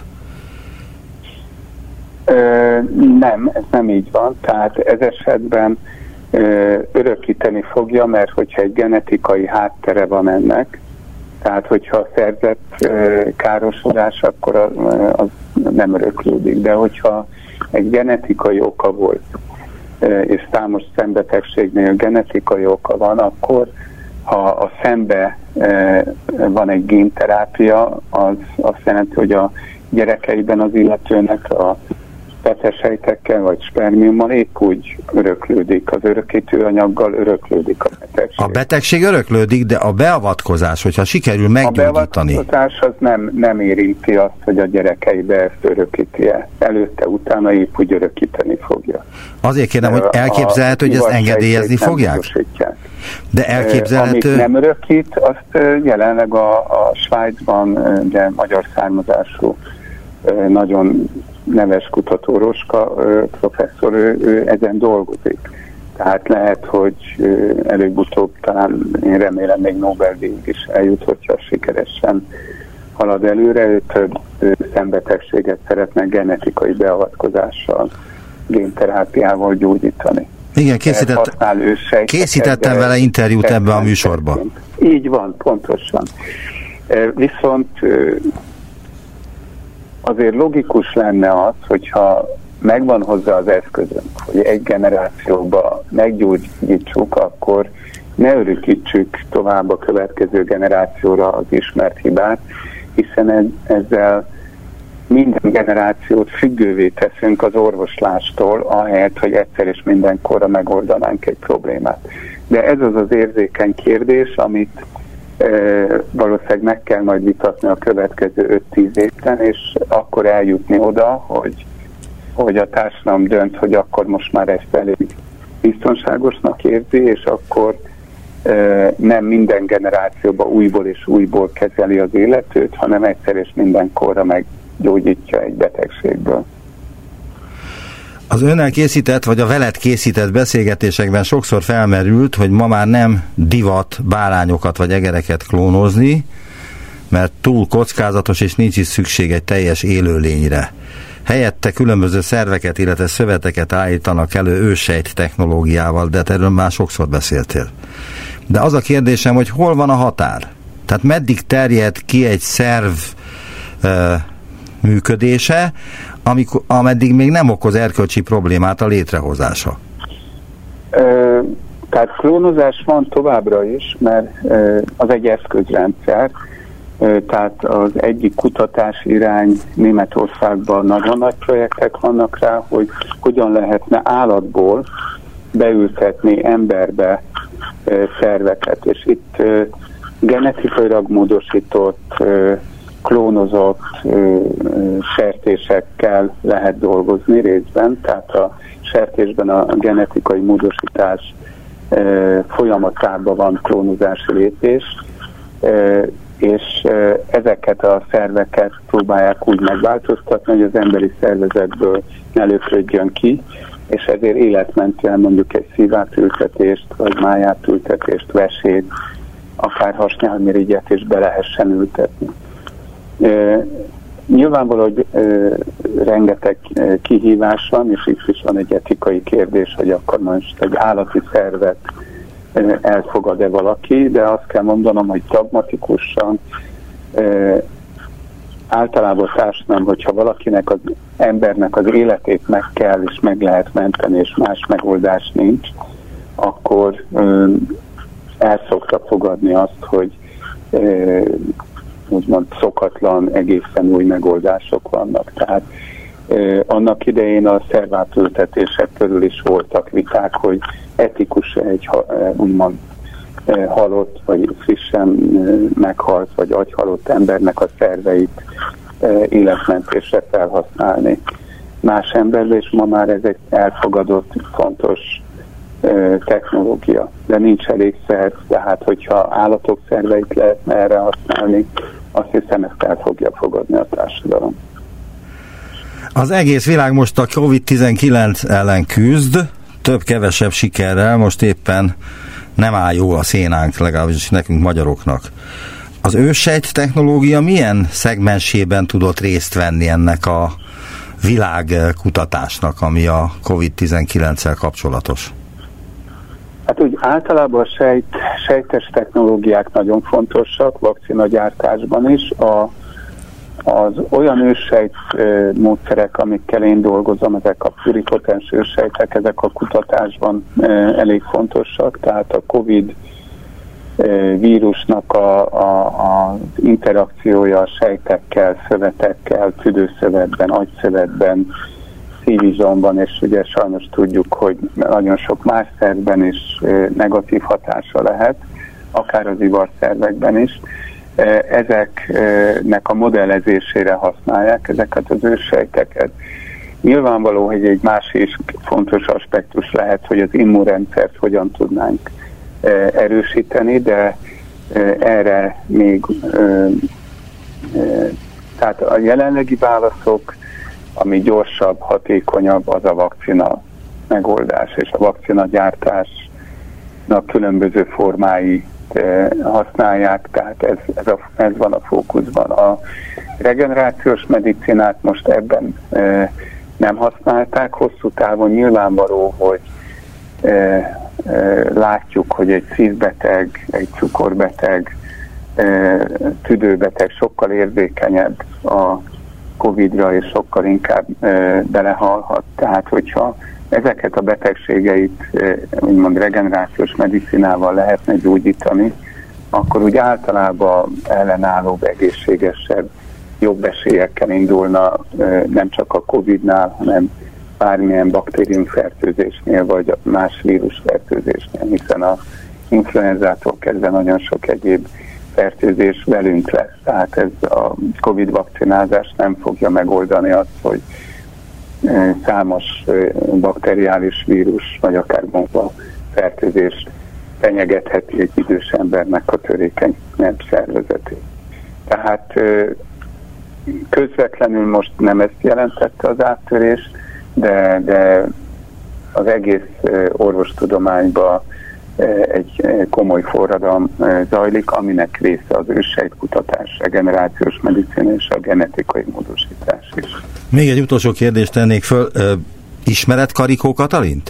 Ö, nem, ez nem így van. Tehát ez esetben ö, örökíteni fogja, mert hogyha egy genetikai háttere van ennek, tehát hogyha szerzett ö, károsodás, akkor az, az nem öröklődik. De hogyha egy genetikai oka volt, ö, és számos szembetegségnél genetikai oka van, akkor ha a szembe ö, van egy génterápia, az azt jelenti, hogy a gyerekeiben az illetőnek a betesejtekkel vagy spermiummal épp úgy öröklődik, az örökítőanyaggal öröklődik a betegség. A betegség öröklődik, de a beavatkozás, hogyha sikerül meggyógyítani. A beavatkozás az nem, nem érinti azt, hogy a gyerekeibe ezt örökíti-e. Előtte, utána épp úgy örökíteni fogja. Azért kérdem, hogy elképzelhető, hogy ezt engedélyezni fogják? De elképzelhető... Amit nem örökít, azt jelenleg a, a Svájcban, ugye magyar származású, nagyon neves kutató Roska professzor, ő, ő ezen dolgozik. Tehát lehet, hogy előbb-utóbb talán én remélem még Nobel-díjig is eljut, hogyha sikeresen halad előre, ő több szembetegséget szeretne genetikai beavatkozással, génterápiával gyógyítani. Igen, készített, készítettem vele interjút ebbe a műsorba. Így van, pontosan. Viszont azért logikus lenne az, hogyha megvan hozzá az eszközünk, hogy egy generációba meggyógyítsuk, akkor ne örökítsük tovább a következő generációra az ismert hibát, hiszen ezzel minden generációt függővé teszünk az orvoslástól, ahelyett, hogy egyszer és mindenkorra megoldanánk egy problémát. De ez az az érzékeny kérdés, amit e, valószínűleg meg kell majd vitatni a következő öt-tíz évben, és akkor eljutni oda, hogy, hogy a társadalom dönt, hogy akkor most már ezt elég biztonságosnak érzi, és akkor e, nem minden generációban újból és újból kezeli az életőt, hanem egyszer és mindenkorra meggyógyítja egy betegségből. Az önnel készített, vagy a veled készített beszélgetésekben sokszor felmerült, hogy ma már nem divat bárányokat vagy egereket klónozni, mert túl kockázatos, és nincs is szükség egy teljes élőlényre. Helyette különböző szerveket, illetve szöveteket állítanak elő őssejt technológiával, de erről már sokszor beszéltél. De az a kérdésem, hogy hol van a határ? Tehát meddig terjed ki egy szerv uh, működése, amikor, ameddig még nem okoz erkölcsi problémát a létrehozása? Ö, tehát klónozás van továbbra is, mert ö, az egy eszközrendszer, ö, tehát az egyik kutatási irány Németországban nagyon nagy projektek vannak rá, hogy hogyan lehetne állatból beültetni emberbe ö, szerveket, és itt ö, genetikailag módosított ö, klónozott ö, ö, sertésekkel lehet dolgozni részben, tehát a sertésben a genetikai módosítás ö, folyamatában van klónozási lépés, ö, és ö, ezeket a szerveket próbálják úgy megváltoztatni, hogy az emberi szervezetből ne lökrödjön ki, és ezért életmentően mondjuk egy szívátültetést, vagy májátültetést, vesét, akár hasnyálmirigyet is be lehessen ültetni. Uh, nyilvánvaló, hogy uh, rengeteg uh, kihívás van, és itt is van egy etikai kérdés, hogy akkor most egy állati szervet uh, elfogad-e valaki, de azt kell mondanom, hogy pragmatikusan uh, általában társadalom, hogyha valakinek az embernek az életét meg kell és meg lehet menteni, és más megoldás nincs, akkor uh, el szokta fogadni azt, hogy uh, úgymond szokatlan, egészen új megoldások vannak. Tehát eh, annak idején a szervátültetések körül is voltak viták, hogy etikus egy úgymond halott, vagy frissen meghalt, vagy agyhalott embernek a szerveit életmentésre felhasználni más emberbe, és ma már ez egy elfogadott, fontos technológia. De nincs elég szerv, tehát hogyha állatok szerveit lehetne erre használni, azt hiszem, ezt el fogja fogadni a társadalom. Az egész világ most a kovid tizenkilenc ellen küzd, több-kevesebb sikerrel, most éppen nem áll jól a szénánk, legalábbis nekünk magyaroknak. Az őssejt technológia milyen szegmensében tudott részt venni ennek a világkutatásnak, ami a kovid tizenkilenccel kapcsolatos? Hát úgy általában a sejt, sejtes technológiák nagyon fontosak, vakcinagyártásban is. A, az olyan őssejt e, módszerek, amikkel én dolgozom, ezek a pluripotens őssejtek, ezek a kutatásban e, elég fontosak, tehát a Covid e, vírusnak a, a, az interakciója a sejtekkel, szövetekkel, tüdőszövetben, agyszövetben, szívizomban, és ugye sajnos tudjuk, hogy nagyon sok más szervben is negatív hatása lehet, akár az ivarszervekben is. Ezeknek a modellezésére használják ezeket az őssejteket. Nyilvánvaló, hogy egy másik fontos aspektus lehet, hogy az immunrendszert hogyan tudnánk erősíteni, de erre még tehát a jelenlegi válaszok, ami gyorsabb, hatékonyabb, az a vakcina megoldás, és a vakcina gyártásnak különböző formái e, használják, tehát ez, ez, a, ez van a fókuszban. A regenerációs medicinát most ebben e, nem használták, hosszú távon nyilvánvaló, hogy e, e, látjuk, hogy egy szívbeteg, egy cukorbeteg, e, tüdőbeteg sokkal érzékenyebb a Covidra, és sokkal inkább e, belehalhat. Tehát, hogyha ezeket a betegségeit e, úgymond regenerációs medicinával lehetne gyógyítani, akkor úgy általában ellenállóbb, egészségesebb, jobb esélyekkel indulna e, nem csak a Covidnál, hanem bármilyen baktériumfertőzésnél, vagy más vírusfertőzésnél, hiszen a influenzától kezdve nagyon sok egyéb fertőzés velünk lesz. Tehát ez a Covid vakcinázás nem fogja megoldani azt, hogy számos bakteriális vírus, vagy akár bomba fertőzés fenyegetheti egy idős embernek a törékeny szervezetét. Tehát közvetlenül most nem ezt jelentette az áttörés, de, de az egész orvostudományban egy komoly forradalom zajlik, aminek része az őssejtkutatás, regenerációs medicina és a genetikai módosítás is. Még egy utolsó kérdést tennék föl. Ismered Karikó Katalint?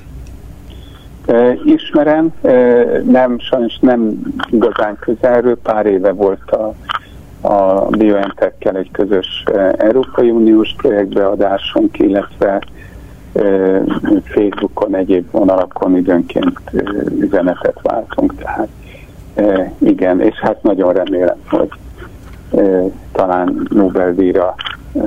Ismerem, nem, sajnos nem igazán közelről, pár éve volt a, a BioNTech-kel egy közös Európai Uniós projektbeadásunk, illetve Facebookon, egyéb vonalakon időnként üzenetet váltunk, tehát igen, és hát nagyon remélem, hogy talán Nobel-díjra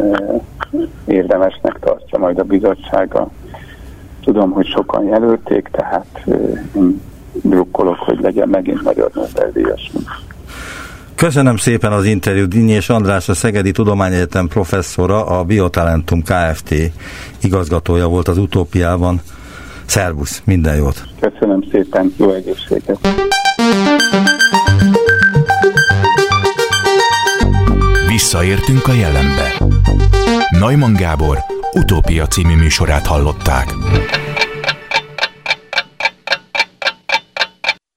érdemesnek tartja majd a bizottsága. Tudom, hogy sokan jelölték, tehát én drukkolok, hogy legyen megint magyar Nobel-díjas. Köszönöm szépen az interjút. Dinnyés András, a Szegedi Tudományegyetem professzora, a Biotalentum Kft. Igazgatója volt az Utópiában. Szervusz, minden jót! Köszönöm szépen, jó egészséget! Visszaértünk a jelenbe. Neumann Gábor Utópia című műsorát hallották.